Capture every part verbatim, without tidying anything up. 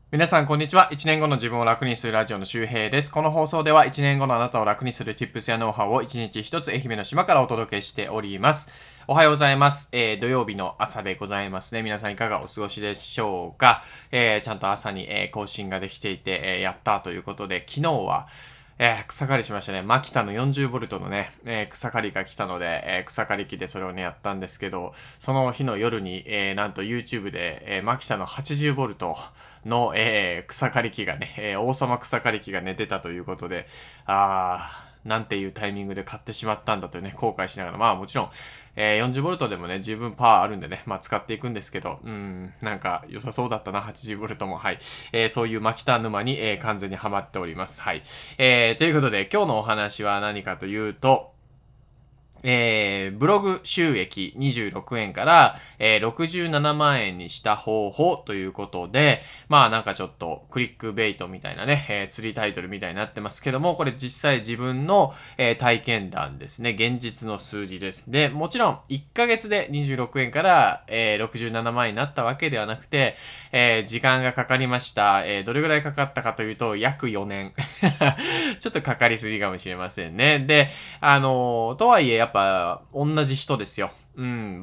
皆さん、こんにちは。いちねんごの自分を楽にするラジオの周平です。この放送では、いちねんごのあなたを楽にする Tips やノウハウをいちにちひとつ愛媛の島からお届けしております。おはようございます。えー、土曜日の朝でございますね。皆さんいかがお過ごしでしょうか。えー、ちゃんと朝に、えー、更新ができていて、えー、やったということで、昨日は、えー、草刈りしましたね。マキタの よんじゅうボルト のね、えー、草刈りが来たので、えー、草刈り機でそれをね、やったんですけど、その日の夜に、えー、なんと YouTube で、えー、マキタの はちじゅうボルト の、えー、草刈り機がね、えー、王様草刈り機がね、出たということで、あー、なんていうタイミングで買ってしまったんだというね、後悔しながら、まあもちろん、えー、よんじゅうボルト でもね、十分パワーあるんでね、まあ使っていくんですけど、うん、なんか良さそうだったな、はちじゅうボルト も。はい。えー、そういうマキタ沼に、えー、完全にはまっております。はい。えー、ということで、今日のお話は何かというと、えー、ブログ収益にじゅうろくえんから、えー、ろくじゅうななまん円にした方法ということで、まあなんかちょっとクリックベイトみたいなね、えー、釣りタイトルみたいになってますけども、これ実際自分の、えー、体験談ですね、現実の数字です。で、もちろんいっかげつでにじゅうろくえんから、えー、ろくじゅうななまん円になったわけではなくて、えー、時間がかかりました。えー、どれぐらいかかったかというと、約よねん。ちょっとかかりすぎかもしれませんね。で、あのー、とはいえやっぱ同じ人ですよ。うん、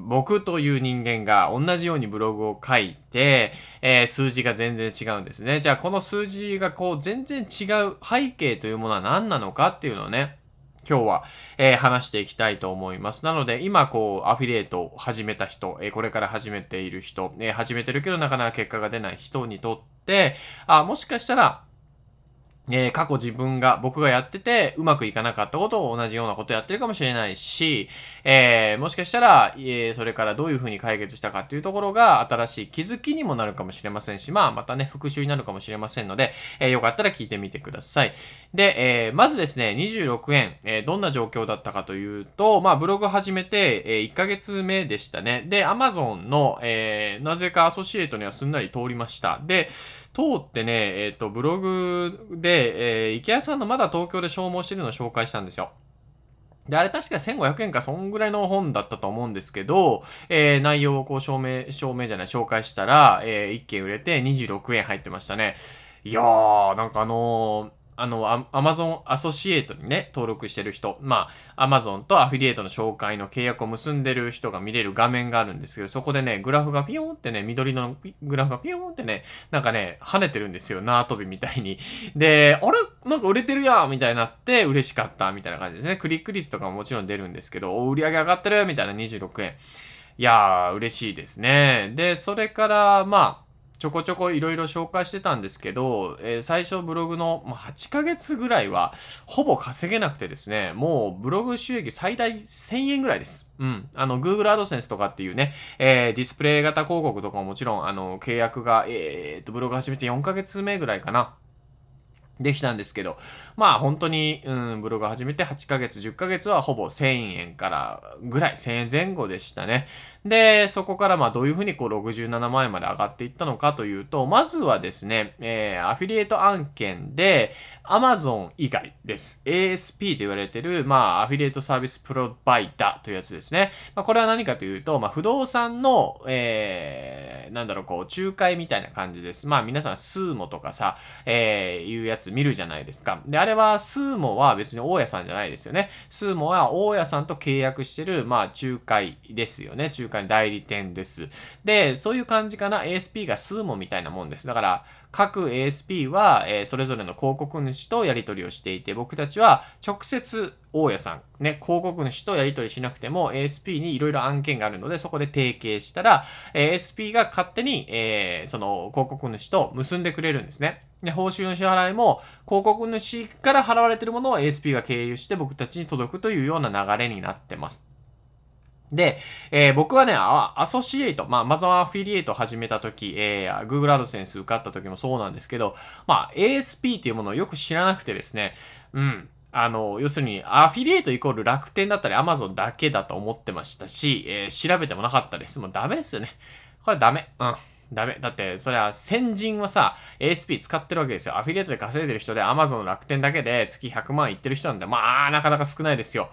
僕という人間が同じようにブログを書いて、えー、数字が全然違うんですね。じゃあこの数字がこう全然違う背景というものは何なのかっていうのをね、今日は、えー、話していきたいと思います。なので、今、こう、アフィリエイトを始めた人、えー、これから始めている人、えー、始めてるけどなかなか結果が出ない人にとって、あ、もしかしたら、えー、過去自分が、僕がやってて、うまくいかなかったことを同じようなことやってるかもしれないし、えー、もしかしたら、えー、それからどういうふうに解決したかっていうところが、新しい気づきにもなるかもしれませんし、まあ、またね、復習になるかもしれませんので、えー、よかったら聞いてみてください。で、えー、まずですね、にじゅうろくえん、えー、どんな状況だったかというと、まあ、ブログ始めて、えー、いっかげつめでしたね。で、Amazon の、えー、なぜかアソシエイトにはすんなり通りました。で、通ってね、えっ、と、ブログで、えー、池谷さんのまだ東京で消耗してるのを紹介したんですよ。で、あれ確かせんごひゃくえんかそんぐらいの本だったと思うんですけど、えー、内容をこう証明、証明じゃない、紹介したら、えー、いっけん売れてにじゅうろくえん入ってましたね。いやー、なんかあのー、あの、アマゾンアソシエイトにね、登録してる人、まあ、アマゾンとアフィリエイトの紹介の契約を結んでる人が見れる画面があるんですけど、そこでね、グラフがピヨーンってね、緑のグラフがピヨーンってね、なんかね、跳ねてるんですよ。縄跳びみたいに。で、あれなんか売れてるやんみたいになって嬉しかったみたいな感じですね。クリック率とかももちろん出るんですけど、お売り上げ上がってるみたいなにじゅうろくえん。いやー、嬉しいですね。で、それから、まあ、ちょこちょこいろいろ紹介してたんですけど、えー最初ブログの、まあ、はちかげつぐらいは、ほぼ稼げなくてですね、もうブログ収益最大せんえんぐらいです。うん。あの、Google AdSense とかっていうね、えーディスプレイ型広告とかももちろん、あの、契約が、えーと、ブログ始めてよんかげつめぐらいかな。できたんですけど、まあ本当に、うん、ブログ始めてはちかげつ、じゅっかげつはほぼせんえんからぐらい、せんえん前後でしたね。で、そこからまあどういうふうにこうろくじゅうななまん円まで上がっていったのかというと、まずはですね、えー、アフィリエイト案件で、Amazon 以外です。エーエスピー と言われてる、まあアフィリエイトサービスプロバイダーというやつですね。まあこれは何かというと、まあ不動産の、えー、なんだろう、こう、仲介みたいな感じです。まあ皆さん、スーモとかさ、えー、いうやつ見るじゃないですか。で、あれは、スーモは別に大家さんじゃないですよね。スーモは大家さんと契約してる、まあ、仲介ですよね。仲介代理店です。で、そういう感じかな。エーエスピー がスーモみたいなもんです。だから、各 エーエスピー は、えーそれぞれの広告主とやり取りをしていて、僕たちは直接大家さん、ね、広告主とやり取りしなくても エーエスピー にいろいろ案件があるので、そこで提携したら、えー エーエスピー が勝手に、えーその広告主と結んでくれるんですね。で、報酬の支払いも、広告主から払われているものを エーエスピー が経由して僕たちに届くというような流れになってます。で、えー僕はね、アアソシエイト、まあ、Amazon アフィリエイトを始めたとき、えー Google AdSense 受かった時もそうなんですけど、まあ、エーエスピー っていうものをよく知らなくてですね、うん。あの、要するに、アフィリエイトイコール楽天だったり Amazon だけだと思ってましたし、えー調べてもなかったです。もうダメですよね。これダメ。うん。ダメ。だって、それは先人はさ、エーエスピー 使ってるわけですよ。アフィリエイトで稼いでる人で Amazon の楽天だけで月ひゃくまんいってる人なんで、まあ、なかなか少ないですよ。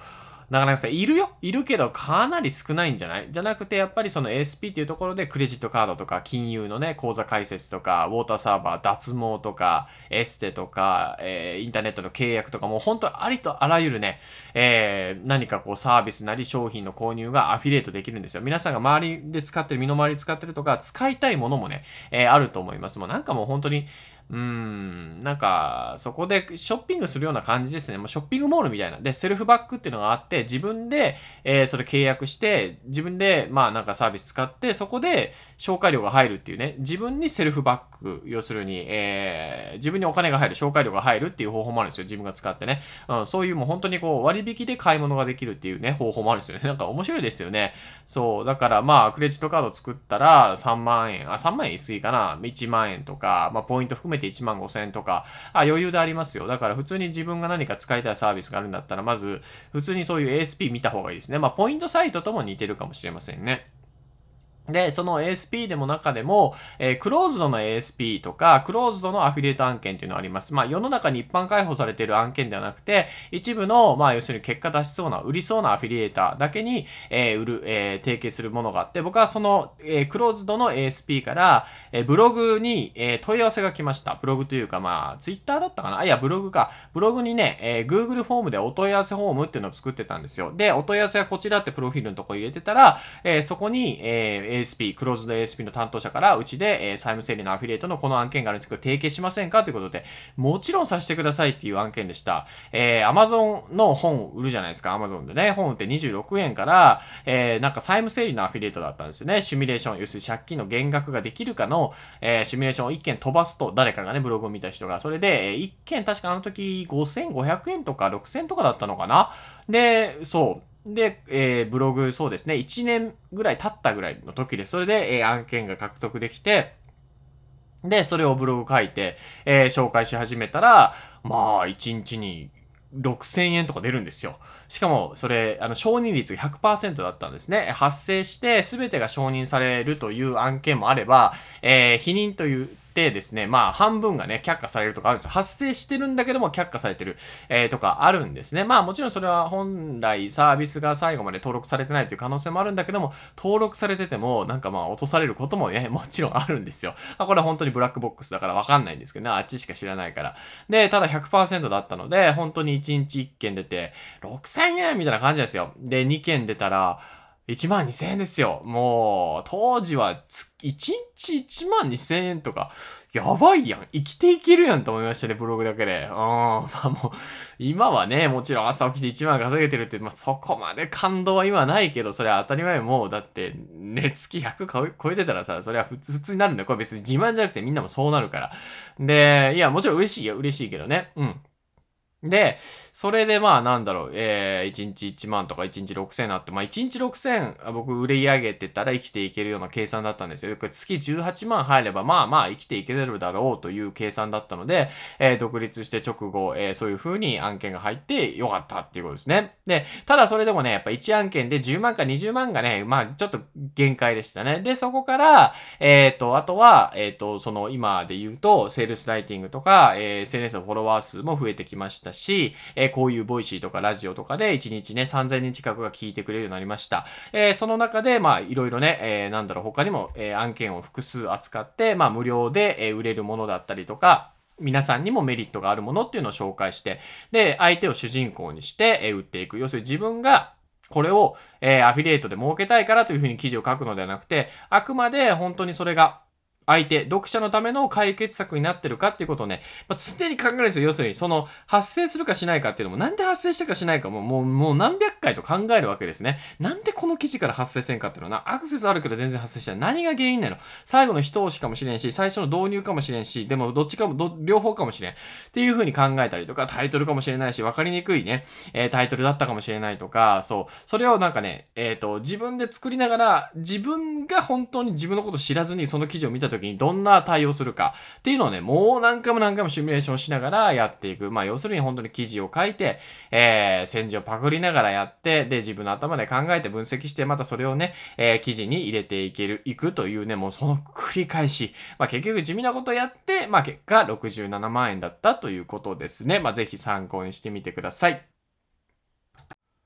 なかなかさ、いるよ。いるけど、かなり少ないんじゃないじゃなくて、やっぱりその エーエスピー っていうところで、クレジットカードとか、金融のね、口座開設とか、ウォーターサーバー、脱毛とか、エステとか、えー、インターネットの契約とか、もう本当ありとあらゆるね、えー、何かこうサービスなり商品の購入がアフィリエイトできるんですよ。皆さんが周りで使ってる、身の回りで使ってるとか、使いたいものもね、えー、あると思います。もうなんかもう本当に、うーん、なんか、そこでショッピングするような感じですね。もうショッピングモールみたいな。で、セルフバッグっていうのがあって、自分で、えー、それ契約して、自分で、まあなんかサービス使って、そこで紹介料が入るっていうね。自分にセルフバッグ、要するに、えー、自分にお金が入る、紹介料が入るっていう方法もあるんですよ。自分が使ってね。うん、そういうもう本当にこう、割引で買い物ができるっていうね、方法もあるんですよね。なんか面白いですよね。そう。だからまあ、クレジットカード作ったらさんまんえん、あ、さんまんえん言い過ぎかな。いちまんえんとか、まあ、ポイント含めていちまんごせんえんとか、あ、余裕でありますよ。だから普通に自分が何か使いたいサービスがあるんだったら、まず、普通にそういう エーエスピー 見た方がいいですね。まあ、ポイントサイトとも似てるかもしれませんね。で、その エーエスピー でも中でも、えー、クローズドの エーエスピー とか、クローズドのアフィリエイト案件っていうのがあります。まあ、世の中に一般開放されている案件ではなくて、一部の、まあ、要するに結果出しそうな、売りそうなアフィリエイターだけに、えー、売る、えー、提携するものがあって、僕はその、えー、クローズドの エーエスピー から、えー、ブログに、えー、問い合わせが来ました。ブログというか、まあ、ツイッターだったかなあ、いや、ブログか。ブログにね、えー、Google フォームでお問い合わせフォームっていうのを作ってたんですよ。で、お問い合わせはこちらってプロフィールのとこ入れてたら、えー、そこに、えー、エーエスピー、クローズド エーエスピー の担当者から、うちで、えー、債務整理のアフィリエイトのこの案件があるんですけど、提携しませんかということで、もちろんさせてくださいっていう案件でした。えー、Amazon の本売るじゃないですか。Amazon でね、本売ってにじゅうろくえんから、えー、なんか債務整理のアフィリエイトだったんですよね。シミュレーション、要するに借金の減額ができるかの、えー、シミュレーションをいっけん飛ばすと、誰かがね、ブログを見た人が、それで、えー、いっけん確かあの時ごせんごひゃくえんとかろくせんとかだったのかな。で、そう。で、えー、ブログ、そうですね、いちねんぐらい経ったぐらいの時で、それで、えー、案件が獲得できて、で、それをブログ書いて、えー、紹介し始めたら、まあ、いちにちにろくせんえんとか出るんですよ。しかも、それ、あの、承認率がひゃくパーセントだったんですね。発生して、すべてが承認されるという案件もあれば、えー、否認という、でですね、まあ、半分がね、却下されるとかあるんですよ。発生してるんだけども、却下されてる、えー、とかあるんですね。まあ、もちろんそれは本来サービスが最後まで登録されてないという可能性もあるんだけども、登録されてても、なんかまあ、落とされることもね、もちろんあるんですよ。まあ、これは本当にブラックボックスだからわかんないんですけどね、あっちしか知らないから。で、ただひゃくパーセントだったので、本当にいちにちいっけん出て、ろくせんえんみたいな感じですよ。で、にけん出たら、いちまんにせんえんですよ。もう、当時はつ、いちにちいちまんにせんえんとか、やばいやん。生きていけるやんと思いましたね、ブログだけで。うん。まあもう、今はね、もちろん朝起きていちまん稼げてるって、まあそこまで感動は今ないけど、それは当たり前もう、だって、ね、月ひゃく超えてたらさ、それは普通普通になるんだよ。これ別に自慢じゃなくてみんなもそうなるから。で、いや、もちろん嬉しいよ。嬉しいけどね。うん。で、それでまあなんだろう、えー、いちにちいちまんとかいちにちろくせんあって、まあいちにちろくせん僕売り上げてたら生きていけるような計算だったんですよ。これ月じゅうはちまん入ればまあまあ生きていけるだろうという計算だったので、えー、独立して直後、えー、そういう風に案件が入ってよかったっていうことですね。で、ただそれでもね、やっぱいち案件でじゅうまんかにじゅうまんがね、まあちょっと限界でしたね。で、そこから、えっと、あとは、えっと、その今で言うと、セールスライティングとか、えー、エスエヌエス のフォロワー数も増えてきましたし、えー、こういうボイシーとかラジオとかでいちにちね、さんぜんにん近くが聞いてくれるようになりました。えー、その中で、まあ、いろいろね、えー、なんだろう、他にも、えー、案件を複数扱って、まあ、無料で、えー、売れるものだったりとか、皆さんにもメリットがあるものっていうのを紹介して、で、相手を主人公にして、えー、売っていく。要するに自分が、これを、えー、アフィリエイトで儲けたいからというふうに記事を書くのではなくて、あくまで本当にそれが、相手、読者のための解決策になってるかっていうことをね、まあ、常に考えるんですよ。要するに、その、発生するかしないかっていうのも、なんで発生したかしないかも、もう、もう何百回と考えるわけですね。なんでこの記事から発生せんかっていうのはな、アクセスあるけど全然発生しない。何が原因なの？最後の一押しかもしれんし、最初の導入かもしれんし、でもどっちかも、ど両方かもしれん。っていう風に考えたりとか、タイトルかもしれないし、わかりにくいね、えー、タイトルだったかもしれないとか、そう。それをなんかね、えっと、自分で作りながら、自分が本当に自分のことを知らずにその記事を見たときにどんな対応するかっていうのをね、もう何回も何回もシミュレーションしながらやっていく。まあ、要するに本当に記事を書いて、えー、戦時をパクりながらやって、で、自分の頭で考えて分析して、またそれをね、えー、記事に入れていける、いくというね、もうその繰り返し。まあ、結局地味なことやって、まあ、結果ろくじゅうななまんえんだったということですね。まあ、ぜひ参考にしてみてください。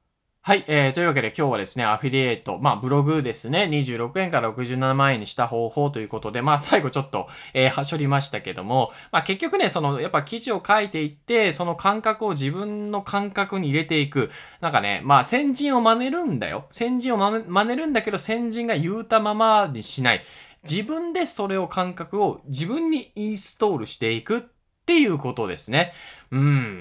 はい、えー、というわけで今日はですね、アフィリエイト、まあブログですね、にじゅうろくえんからろくじゅうななまん円にした方法ということで、まあ最後ちょっと、えー、はしょりましたけども、まあ結局ね、その、やっぱ記事を書いていって、その感覚を自分の感覚に入れていく。なんかね、まあ先人を真似るんだよ。先人を真似真似るんだけど、先人が言うたままにしない。自分でそれを感覚を自分にインストールしていくっていうことですね。うん。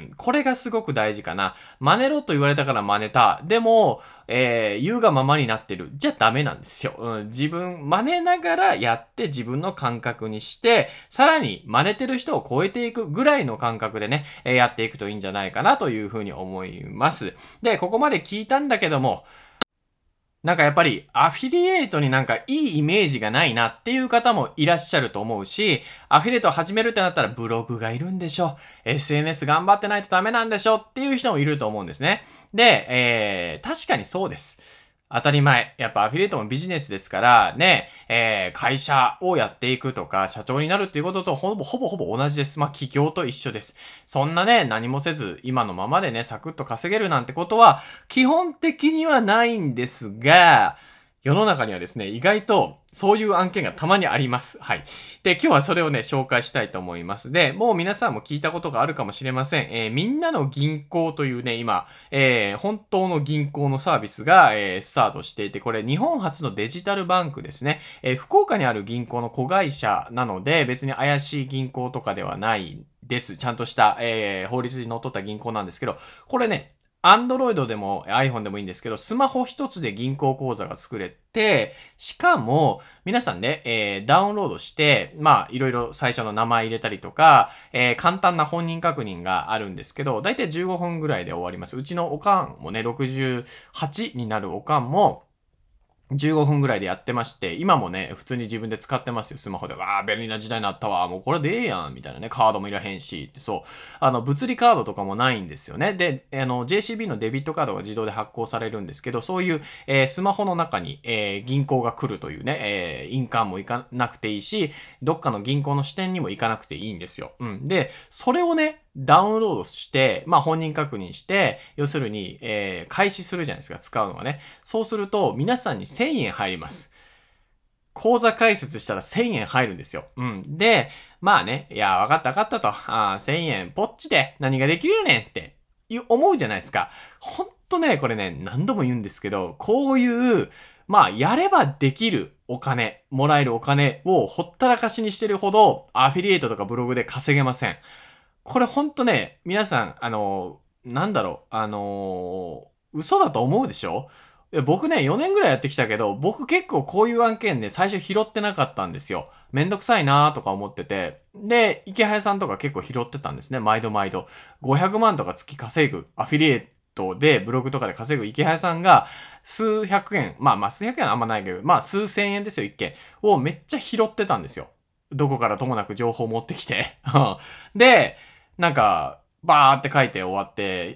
これがすごく大事かな。真似ろと言われたから真似た。でも、えー、言うがままになってる。じゃダメなんですよ。うん。自分、真似ながらやって自分の感覚にして、さらに真似てる人を超えていくぐらいの感覚でね、えーやっていくといいんじゃないかなというふうに思います。で、ここまで聞いたんだけども、なんかやっぱりアフィリエイトになんかいいイメージがないなっていう方もいらっしゃると思うし、アフィリエイトを始めるってなったらブログがいるんでしょ。エスエヌエス 頑張ってないとダメなんでしょっていう人もいると思うんですね。で、えー、確かにそうです。当たり前。やっぱアフィリエイトもビジネスですから、ね、えー、会社をやっていくとか、社長になるっていうこととほぼほぼほぼ同じです。まあ、企業と一緒です。そんなね、何もせず、今のままでね、サクッと稼げるなんてことは、基本的にはないんですが、世の中にはですね、意外とそういう案件がたまにあります。はい。で、今日はそれをね、紹介したいと思います。で、もう皆さんも聞いたことがあるかもしれません。えー、みんなの銀行というね、今、えー、本当の銀行のサービスが、えー、スタートしていて、これ日本初のデジタルバンクですね。えー、福岡にある銀行の子会社なので、別に怪しい銀行とかではないです。ちゃんとした、えー、法律にのっとった銀行なんですけど、これね、Android でも iPhone でもいいんですけど、スマホ一つで銀行口座が作れて、しかも、皆さんね、えー、ダウンロードして、まあ、いろいろ最初の名前入れたりとか、えー、簡単な本人確認があるんですけど、だいたいじゅうごふんぐらいで終わります。うちのおかんもね、ろくじゅうはちになるおかんも、じゅうごふんぐらいでやってまして、今もね、普通に自分で使ってますよ、スマホで。わあ、便利な時代になったわ。もうこれでええやん、みたいなね。カードもいらへんし、ってそう。あの、物理カードとかもないんですよね。で、あの、ジェーシービー のデビットカードが自動で発行されるんですけど、そういう、えースマホの中に、えー銀行が来るというね、えー印鑑も行かなくていいし、どっかの銀行の支店にも行かなくていいんですよ。うん。で、それをね、ダウンロードして、まあ本人確認して、要するに、えー開始するじゃないですか、使うのはね。そうすると、皆さんにせんえん入ります。口座開設したらせんえん入るんですよ。うん。で、まあね、いや、わかったわかったと。あーせんえん、ぽっちで何ができるよねんって思うじゃないですか。ほんとね、これね、何度も言うんですけど、こういう、まあ、やればできるお金、もらえるお金をほったらかしにしてるほど、アフィリエイトとかブログで稼げません。これほんとね、皆さん、あのーなんだろう、あのー嘘だと思うでしょ？いや僕ね、よねんぐらいやってきたけど、僕結構こういう案件ね、最初拾ってなかったんですよ。めんどくさいなーとか思ってて。で、池早さんとか結構拾ってたんですね。毎度毎度。ごひゃくまんとか月稼ぐ、アフィリエイトで、ブログとかで稼ぐ池早さんが、数百円、まあまあ数百円はあんまないけど、まあ数千円ですよ、一件。をめっちゃ拾ってたんですよ。どこからともなく情報を持ってきて。で、なんか、バーって書いて終わって、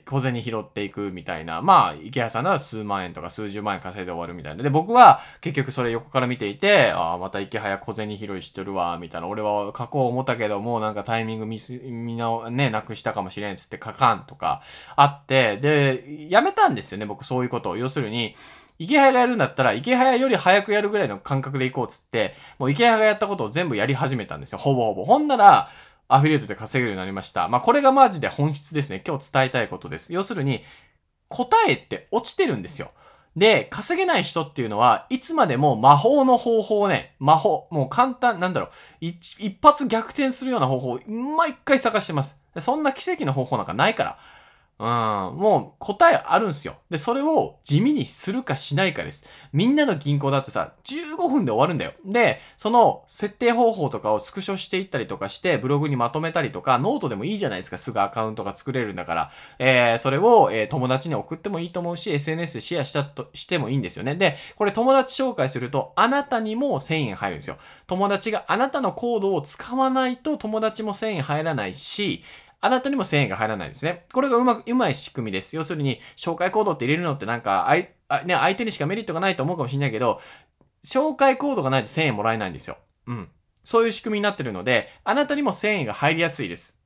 小銭拾っていくみたいな。まあ、池谷さんなら数万円とか数十万円稼いで終わるみたいな。で、僕は結局それ横から見ていて、ああ、また池谷小銭拾いしてるわ、みたいな。俺は書こう思ったけども、なんかタイミングミス、みんなね、なくしたかもしれんっつって書かんとかあって、で、やめたんですよね、僕そういうことを。要するに、池早がやるんだったら、池早より早くやるぐらいの感覚でいこうっつって、もう池早がやったことを全部やり始めたんですよ。ほぼほぼ。ほんなら、アフィリエイトで稼げるようになりました。まあ、これがマジで本質ですね。今日伝えたいことです。要するに、答えって落ちてるんですよ。で、稼げない人っていうのは、いつまでも魔法の方法をね、魔法、もう簡単、なんだろう、一一発逆転するような方法を毎回探してます。そんな奇跡の方法なんかないから。うん、もう答えあるんすよ。で、それを地味にするかしないかです。みんなの銀行だってさ、じゅうごふんで終わるんだよ。で、その設定方法とかをスクショしていったりとかして、ブログにまとめたりとか、ノートでもいいじゃないですか。すぐアカウントが作れるんだから。えー、それを、えー、友達に送ってもいいと思うし、エスエヌエス でシェアしたとしてもいいんですよね。で、これ友達紹介すると、あなたにもせんえん入るんですよ。友達があなたのコードを使わないと友達もせんえん入らないし、あなたにもせんえんが入らないですね。これがうまく、うまい仕組みです。要するに、紹介コードって入れるのってなんか、あい、あね、相手にしかメリットがないと思うかもしれないけど、紹介コードがないとせんえんもらえないんですよ。うん。そういう仕組みになってるので、あなたにもせんえんが入りやすいです。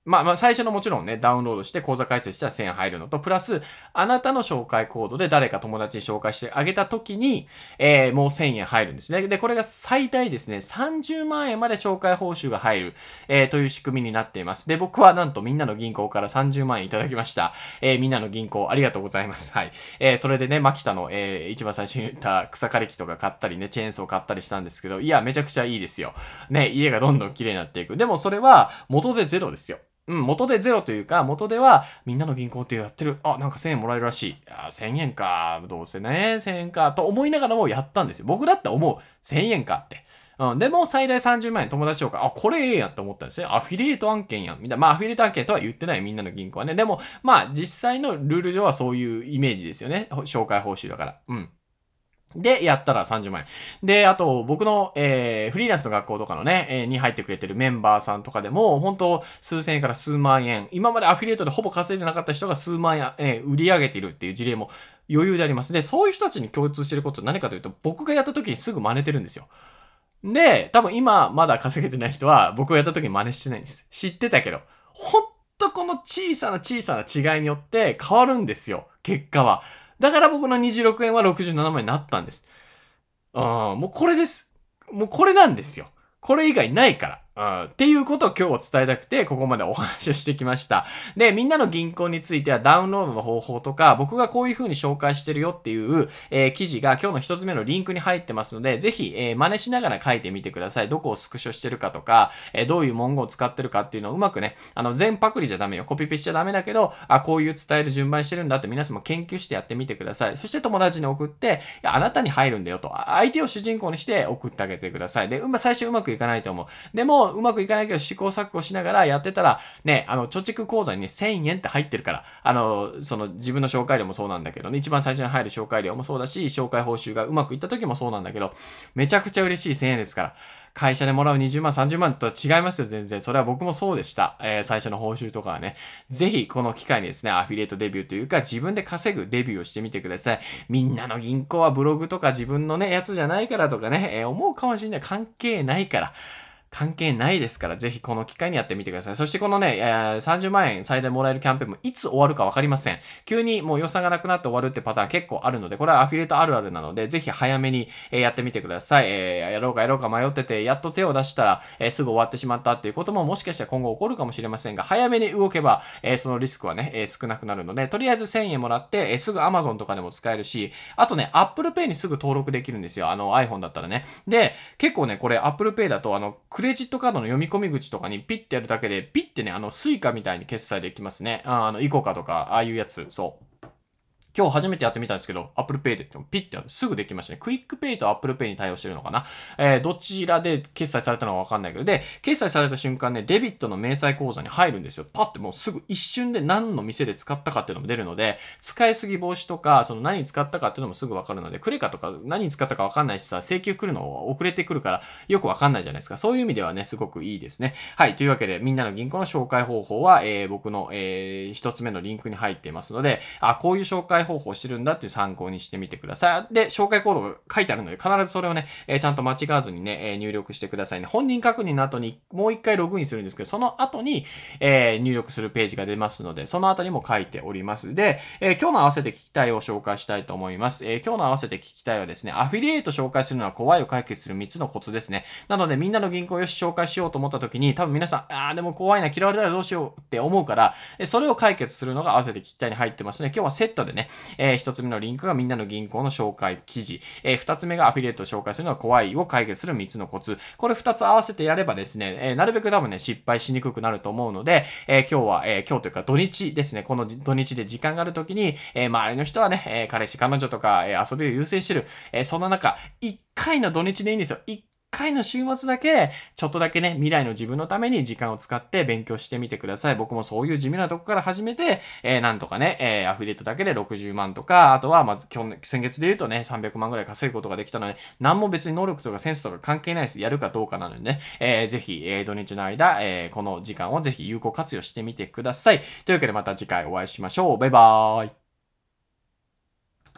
まあまあ最初のもちろんね、ダウンロードして口座開設したらせんえん入るのと、プラス、あなたの紹介コードで誰か友達に紹介してあげた時に、えー、もうせんえん入るんですね。で、これが最大ですね、さんじゅうまんえんまで紹介報酬が入る、えー、という仕組みになっています。で、僕はなんとみんなの銀行からさんじゅうまんえんいただきました。えー、みんなの銀行ありがとうございます。はい。えー、それでね、マキタの、えー、一番最初に言った草刈り機とか買ったりね、チェーンソー買ったりしたんですけど、いや、めちゃくちゃいいですよ。ね、家がどんどん綺麗になっていく。でもそれは元でゼロですよ。うん、元でゼロというか、元では、みんなの銀行ってやってる。あ、なんかせんえんもらえるらしい。あ、せんえんか。どうせね、せんえんか。と思いながらもやったんですよ。僕だって思う。せんえんかって。うん。でも、最大さんじゅうまんえん友達紹介。あ、これええやんって思ったんですね。アフィリエイト案件やん。みたいな。まあ、アフィリエイト案件とは言ってないみんなの銀行はね。でも、まあ、実際のルール上はそういうイメージですよね。紹介報酬だから。うん。で、やったらさんじゅうまんえん。で、あと、僕の、えー、フリーランスの学校とかのね、えー、に入ってくれてるメンバーさんとかでも、本当数千円から数万円、今までアフィリエイトでほぼ稼いでなかった人が数万円、えー、売り上げているっていう事例も余裕であります。で、そういう人たちに共通してることは何かというと、僕がやった時にすぐ真似てるんですよ。で、多分今まだ稼げてない人は、僕がやった時に真似してないんです。知ってたけど、ほんとこの小さな小さな違いによって変わるんですよ、結果は。だから僕のにじゅうろくえんはろくじゅうななまんになったんです。うん、もうこれです。もうこれなんですよ。これ以外ないから。うん、っていうことを今日は伝えたくて、ここまでお話をしてきました。で、みんなの銀行についてはダウンロードの方法とか、僕がこういう風に紹介してるよっていう、えー、記事が今日の一つ目のリンクに入ってますので、ぜひ、えー、真似しながら書いてみてください。どこをスクショしてるかとか、えー、どういう文言を使ってるかっていうのをうまくね、あの、全パクリじゃダメよ。コピペしちゃダメだけど、あ、こういう伝える順番にしてるんだって皆さんも研究してやってみてください。そして友達に送って、いや、あなたに入るんだよと。相手を主人公にして送ってあげてください。で、うま、最初うまくいかないと思う。でも、うまくいかないけど試行錯誤しながらやってたら、ね、あの、貯蓄口座にね、せんえんって入ってるから、あの、その自分の紹介料もそうなんだけどね、一番最初に入る紹介料もそうだし、紹介報酬がうまくいった時もそうなんだけど、めちゃくちゃ嬉しいせんえんですから。会社でもらうにじゅうまん、さんじゅうまんとは違いますよ、全然。それは僕もそうでした。えー、最初の報酬とかはね。ぜひ、この機会にですね、アフィリエイトデビューというか、自分で稼ぐデビューをしてみてください。みんなの銀行はブログとか自分のね、やつじゃないからとかね、えー、思うかもしれない。関係ないから。関係ないですから、ぜひこの機会にやってみてください。そしてこのね、えー、さんじゅうまんえん最大もらえるキャンペーンもいつ終わるかわかりません。急にもう予算がなくなって終わるってパターン結構あるので、これはアフィリエイトあるあるなので、ぜひ早めに、えー、やってみてください。えー、やろうかやろうか迷ってて、やっと手を出したら、えー、すぐ終わってしまったっていうことももしかしたら今後起こるかもしれませんが、早めに動けば、えー、そのリスクはね、えー、少なくなるので、とりあえずせんえんもらって、えー、すぐ Amazon とかでも使えるし、あとね、Apple Pay にすぐ登録できるんですよ。あの iPhone だったらね。で、結構ね、これ Apple Pay だと、あの、クレジットカードの読み込み口とかにピッてやるだけで、ピッてね、あの、スイカみたいに決済できますね。ああの、イコカとか、ああいうやつ、そう。今日初めてやってみたんですけど、Apple Pay でピッてやるすぐできましたね。クイックペイと Apple Pay に対応してるのかな。えー、どちらで決済されたのかわかんないけど、で、決済された瞬間ね、デビットの明細口座に入るんですよ。パッてもうすぐ一瞬で何の店で使ったかっていうのも出るので、使いすぎ防止とか、その何に使ったかっていうのもすぐわかるので、クレカとか何に使ったかわかんないしさ、請求来るの遅れてくるからよくわかんないじゃないですか。そういう意味ではね、すごくいいですね。はい。というわけで、みんなの銀行の紹介方法は、えー、僕の、えー、一つ目のリンクに入っていますので、あ、こういう紹介方法をしてるんだって参考にしてみてください。で、紹介コードが書いてあるので、必ずそれをね、えー、ちゃんと間違わずにね、えー、入力してくださいね。本人確認の後にもう一回ログインするんですけど、その後に、えー、入力するページが出ますので、その後にも書いております。で、えー、今日の合わせて聞きたいを紹介したいと思います。えー、今日の合わせて聞きたいはですね、アフィリエイト紹介するのは怖いを解決するみっつのコツですね。なので、みんなの銀行をよし紹介しようと思った時に、多分皆さん、あーでも怖いな、嫌われたらどうしようって思うから、それを解決するのが合わせて聞きたいに入ってますね。今日はセットでね、えー、一つ目のリンクがみんなの銀行の紹介記事。えー、二つ目がアフィリエイトを紹介するのは怖いを解決するみっつのコツ。これ二つ合わせてやればですね、えー、なるべく多分ね、失敗しにくくなると思うので、えー、今日は、えー、今日というか土日ですね、この土日で時間がある時に、えー、周りの人はね、えー、彼氏、彼女とか、えー、遊びを優先してる。えー、そんな中、一回の土日でいいんですよ。一回の週末だけ、ちょっとだけね、未来の自分のために時間を使って勉強してみてください。僕もそういう地味なとこから始めて、えー、なんとかね、えー、アフィリエイトだけでろくじゅうまんとか、あとは、まず、去年、先月で言うとね、さんびゃくまんぐらい稼ぐことができたので、何も別に能力とかセンスとか関係ないです。やるかどうかなのでね、えー、ぜひ、えー、土日の間、えー、この時間をぜひ有効活用してみてください。というわけでまた次回お会いしましょう。バイバーイ。